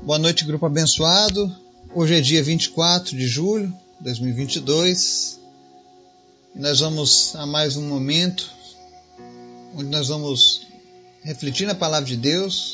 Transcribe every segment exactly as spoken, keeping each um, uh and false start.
Boa noite, grupo abençoado. Hoje é dia vinte e quatro de julho de dois mil e vinte e dois e nós vamos a mais um momento onde nós vamos refletir na palavra de Deus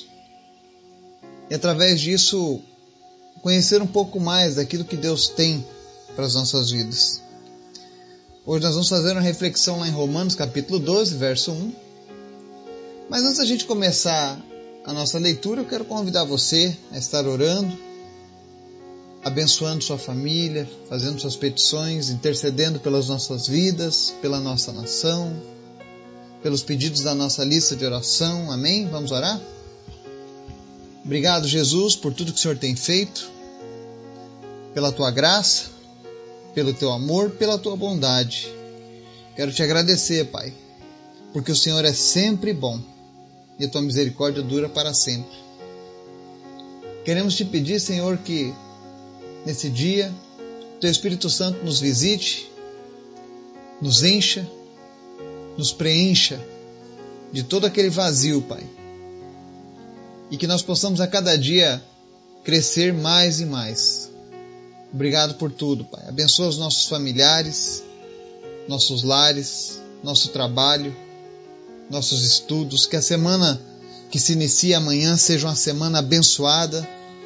e através disso conhecer um pouco mais daquilo que Deus tem para as nossas vidas. Hoje nós vamos fazer uma reflexão lá em Romanos capítulo doze, verso um. Mas antes da gente começar a nossa leitura, eu quero convidar você a estar orando, abençoando sua família, fazendo suas petições, intercedendo pelas nossas vidas, pela nossa nação, pelos pedidos da nossa lista de oração. Amém? Vamos orar? Obrigado, Jesus, por tudo que o Senhor tem feito, pela tua graça, pelo teu amor, pela tua bondade. Quero te agradecer, Pai, porque o Senhor é sempre bom e a tua misericórdia dura para sempre. Queremos te pedir, Senhor, que nesse dia teu Espírito Santo nos visite, nos encha, nos preencha de todo aquele vazio, Pai. E que nós possamos a cada dia crescer mais e mais. Obrigado por tudo, Pai. Abençoa os nossos familiares, nossos lares, nosso trabalho, nossos estudos, que a semana que se inicia amanhã seja uma semana abençoada,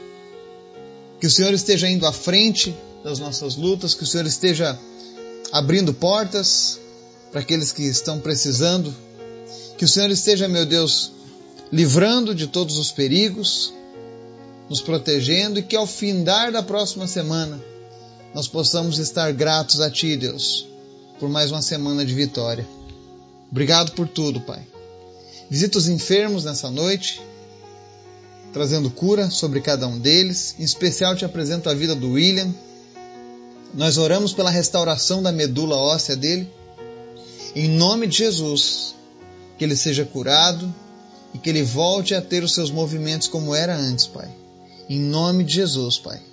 que o Senhor esteja indo à frente das nossas lutas, que o Senhor esteja abrindo portas para aqueles que estão precisando, que o Senhor esteja, meu Deus, livrando de todos os perigos, nos protegendo e que ao findar da próxima semana nós possamos estar gratos a Ti, Deus, por mais uma semana de vitória. Obrigado por tudo, Pai. Visita os enfermos nessa noite, trazendo cura sobre cada um deles. Em especial te apresento a vida do William. Nós oramos pela restauração da medula óssea dele. Em nome de Jesus, que ele seja curado e que ele volte a ter os seus movimentos como era antes, Pai. Em nome de Jesus, Pai.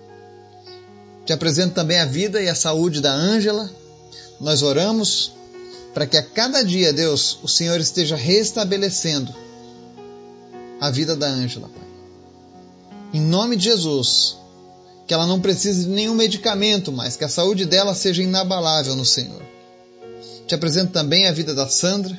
Te apresento também a vida e a saúde da Ângela. Nós oramos para que a cada dia, Deus, o Senhor esteja restabelecendo a vida da Ângela, Pai. Em nome de Jesus, que ela não precise de nenhum medicamento mais, que a saúde dela seja inabalável no Senhor. Te apresento também a vida da Sandra.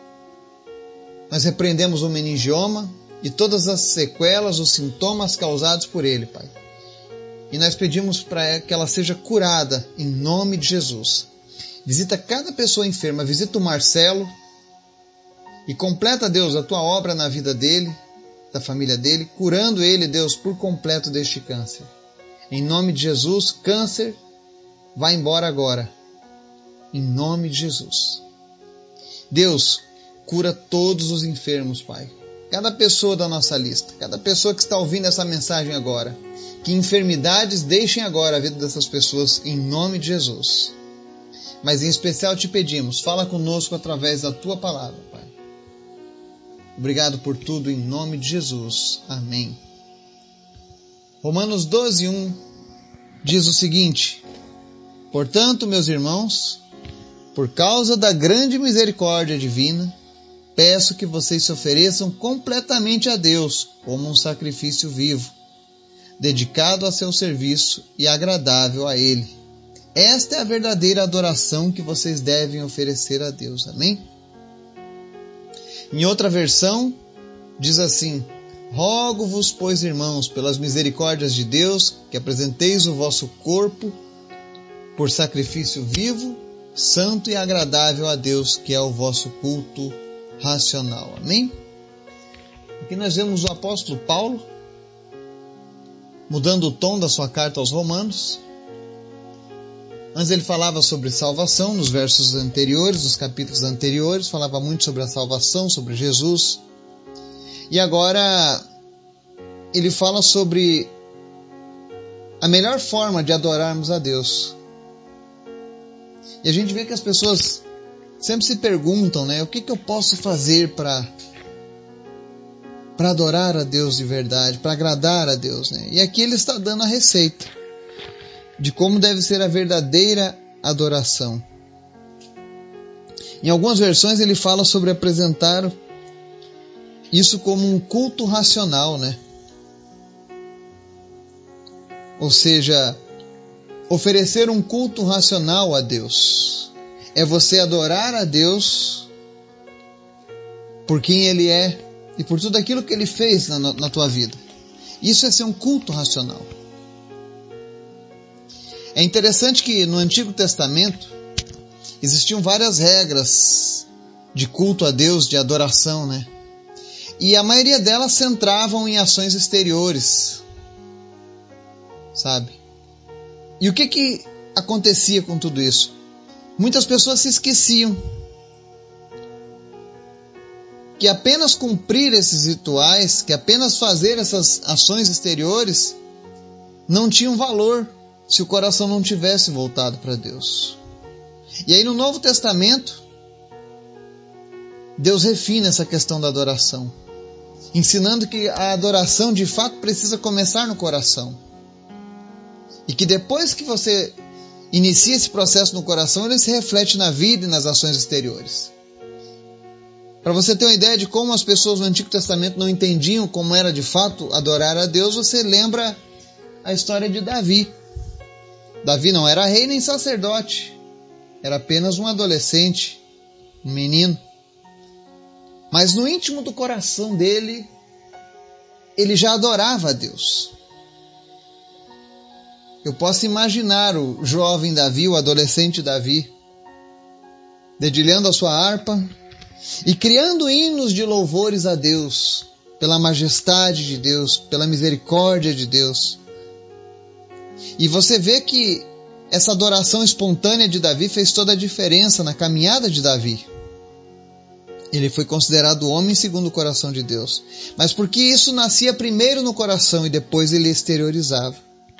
Nós repreendemos o meningioma e todas as sequelas, os sintomas causados por ele, Pai. E nós pedimos para que ela seja curada em nome de Jesus. Visita cada pessoa enferma, visita o Marcelo e completa, Deus, a tua obra na vida dele, da família dele, curando ele, Deus, por completo deste câncer. Em nome de Jesus, câncer, vai embora agora. Em nome de Jesus. Deus, cura todos os enfermos, Pai. Cada pessoa da nossa lista, cada pessoa que está ouvindo essa mensagem agora, que enfermidades deixem agora a vida dessas pessoas, em nome de Jesus. Mas em especial te pedimos, fala conosco através da tua palavra, Pai. Obrigado por tudo, em nome de Jesus. Amém. Romanos doze, um diz o seguinte: portanto, meus irmãos, por causa da grande misericórdia divina, peço que vocês se ofereçam completamente a Deus como um sacrifício vivo, dedicado a seu serviço e agradável a Ele. Esta é a verdadeira adoração que vocês devem oferecer a Deus. Amém? Em outra versão, diz assim: rogo-vos, pois, irmãos, pelas misericórdias de Deus, que apresenteis o vosso corpo por sacrifício vivo, santo e agradável a Deus, que é o vosso culto racional. Amém? Aqui nós vemos o apóstolo Paulo mudando o tom da sua carta aos Romanos. Antes ele falava sobre salvação, nos versos anteriores, nos capítulos anteriores, falava muito sobre a salvação, sobre Jesus. E agora ele fala sobre a melhor forma de adorarmos a Deus. E a gente vê que as pessoas sempre se perguntam, né? O que, que eu posso fazer para para adorar a Deus de verdade, para agradar a Deus, né? E aqui ele está dando a receita de como deve ser a verdadeira adoração. Em algumas versões ele fala sobre apresentar isso como um culto racional, né? ou seja, oferecer um culto racional a Deus. É você adorar a Deus por quem Ele é e por tudo aquilo que Ele fez na, na tua vida. Isso é ser um culto racional. É interessante que no Antigo Testamento existiam várias regras de culto a Deus, de adoração, né? E a maioria delas centravam em ações exteriores, sabe? E o que que acontecia com tudo isso? Muitas pessoas se esqueciam que apenas cumprir esses rituais, que apenas fazer essas ações exteriores, não tinham valor se o coração não tivesse voltado para Deus. E aí no Novo Testamento, Deus refina essa questão da adoração, ensinando que a adoração de fato precisa começar no coração. E que depois que você inicia esse processo no coração, ele se reflete na vida e nas ações exteriores. Para você ter uma ideia de como as pessoas no Antigo Testamento não entendiam como era de fato adorar a Deus, você lembra a história de Davi. Davi não era rei nem sacerdote, era apenas um adolescente, um menino. Mas no íntimo do coração dele, ele já adorava a Deus. Eu posso imaginar o jovem Davi, o adolescente Davi, dedilhando a sua harpa e criando hinos de louvores a Deus, pela majestade de Deus, pela misericórdia de Deus. E você vê que essa adoração espontânea de Davi fez toda a diferença na caminhada de Davi. Ele foi considerado homem segundo o coração de Deus. Mas porque isso nascia primeiro no coração e depois ele exteriorizava.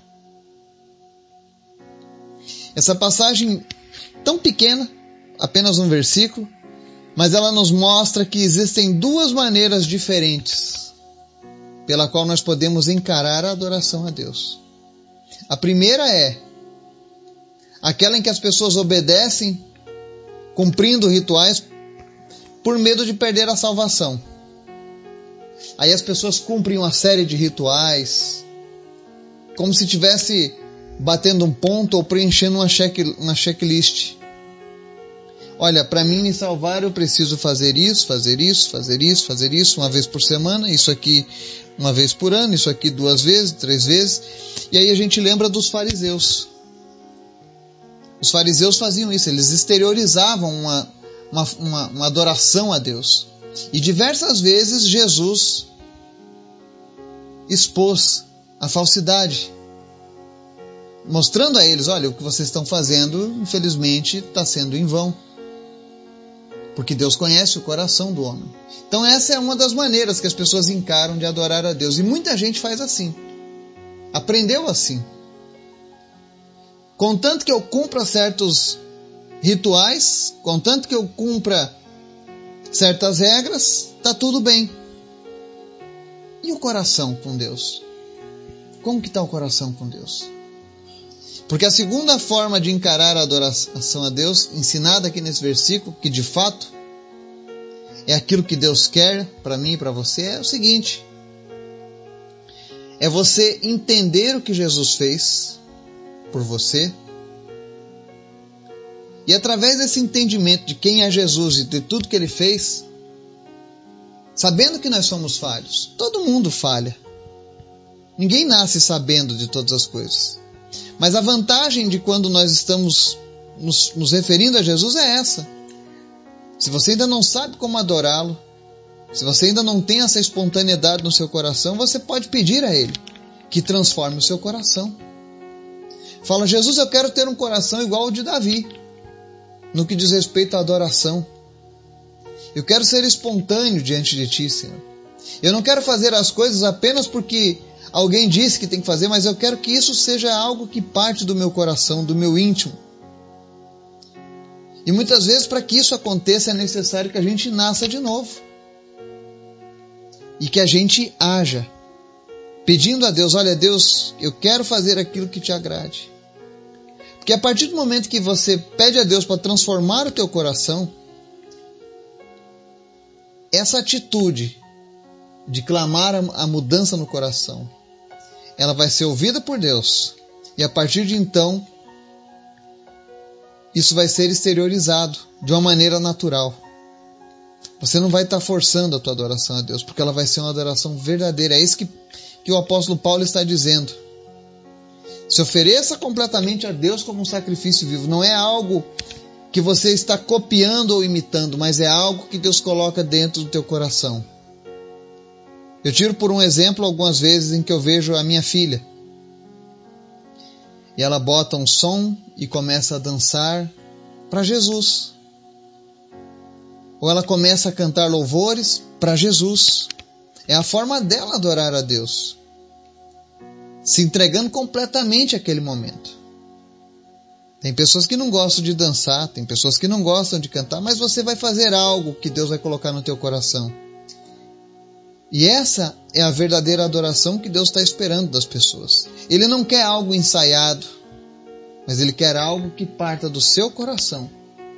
Essa passagem tão pequena, apenas um versículo, mas ela nos mostra que existem duas maneiras diferentes pela qual nós podemos encarar a adoração a Deus. A primeira é aquela em que as pessoas obedecem, cumprindo rituais, por medo de perder a salvação. Aí as pessoas cumprem uma série de rituais, como se estivesse batendo um ponto ou preenchendo uma, check, uma checklist. Olha, para mim me salvar eu preciso fazer isso, fazer isso, fazer isso, fazer isso, uma vez por semana, isso aqui uma vez por ano, isso aqui duas vezes, três vezes. E aí a gente lembra dos fariseus. Os fariseus faziam isso, eles exteriorizavam uma, uma, uma, uma adoração a Deus. E diversas vezes Jesus expôs a falsidade, mostrando a eles, olha, o que vocês estão fazendo, infelizmente, está sendo em vão. Porque Deus conhece o coração do homem. Então essa é uma das maneiras que as pessoas encaram de adorar a Deus. E muita gente faz assim. Aprendeu assim. Contanto que eu cumpra certos rituais, contanto que eu cumpra certas regras, está tudo bem. E o coração com Deus? Como que está o coração com Deus? Porque a segunda forma de encarar a adoração a Deus, ensinada aqui nesse versículo, que de fato é aquilo que Deus quer para mim e para você, é o seguinte: é você entender o que Jesus fez por você, e através desse entendimento de quem é Jesus e de tudo que Ele fez, sabendo que nós somos falhos, todo mundo falha, ninguém nasce sabendo de todas as coisas. Mas a vantagem de quando nós estamos nos, nos referindo a Jesus é essa. Se você ainda não sabe como adorá-lo, se você ainda não tem essa espontaneidade no seu coração, você pode pedir a Ele que transforme o seu coração. Fala, Jesus, eu quero ter um coração igual ao de Davi, no que diz respeito à adoração. Eu quero ser espontâneo diante de Ti, Senhor. Eu não quero fazer as coisas apenas porque alguém disse que tem que fazer, mas eu quero que isso seja algo que parte do meu coração, do meu íntimo. E muitas vezes, para que isso aconteça, é necessário que a gente nasça de novo. E que a gente haja, pedindo a Deus, olha Deus, eu quero fazer aquilo que te agrade. Porque a partir do momento que você pede a Deus para transformar o teu coração, essa atitude de clamar a mudança no coração, ela vai ser ouvida por Deus. E a partir de então, isso vai ser exteriorizado de uma maneira natural. Você não vai estar forçando a tua adoração a Deus, porque ela vai ser uma adoração verdadeira. É isso que, que o apóstolo Paulo está dizendo. Se ofereça completamente a Deus como um sacrifício vivo. Não é algo que você está copiando ou imitando, mas é algo que Deus coloca dentro do teu coração. Eu tiro por um exemplo algumas vezes em que eu vejo a minha filha. E ela bota um som e começa a dançar para Jesus. Ou ela começa a cantar louvores para Jesus. É a forma dela adorar a Deus. Se entregando completamente àquele momento. Tem pessoas que não gostam de dançar, tem pessoas que não gostam de cantar, mas você vai fazer algo que Deus vai colocar no teu coração. E essa é a verdadeira adoração que Deus está esperando das pessoas. Ele não quer algo ensaiado, mas Ele quer algo que parta do seu coração.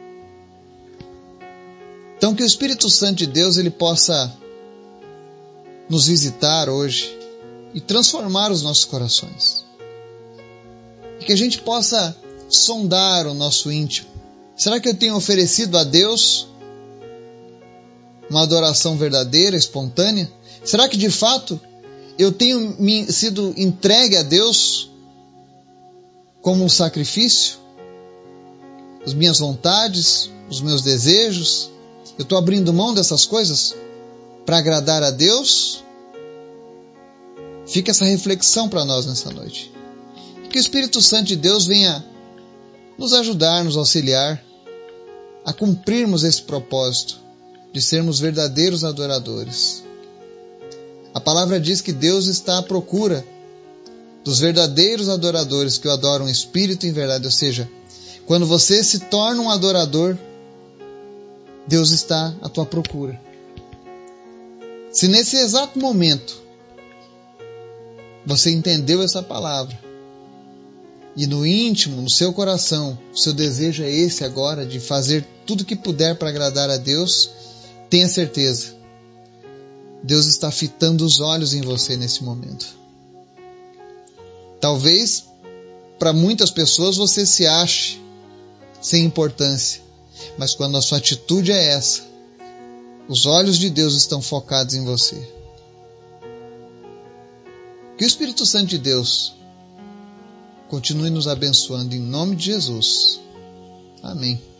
Então que o Espírito Santo de Deus ele possa nos visitar hoje e transformar os nossos corações. E que a gente possa sondar o nosso íntimo. Será que eu tenho oferecido a Deus uma adoração verdadeira, espontânea? Será que de fato eu tenho me, sido entregue a Deus como um sacrifício? As minhas vontades, os meus desejos, eu estou abrindo mão dessas coisas para agradar a Deus? Fica essa reflexão para nós nessa noite. Que o Espírito Santo de Deus venha nos ajudar, nos auxiliar a cumprirmos esse propósito de sermos verdadeiros adoradores. A palavra diz que Deus está à procura dos verdadeiros adoradores que o adoram em espírito e em verdade. Ou seja, quando você se torna um adorador, Deus está à tua procura. Se nesse exato momento você entendeu essa palavra e no íntimo, no seu coração, o seu desejo é esse agora de fazer tudo o que puder para agradar a Deus, tenha certeza, Deus está fitando os olhos em você nesse momento. Talvez para muitas pessoas você se ache sem importância, mas quando a sua atitude é essa, os olhos de Deus estão focados em você. Que o Espírito Santo de Deus continue nos abençoando em nome de Jesus. Amém.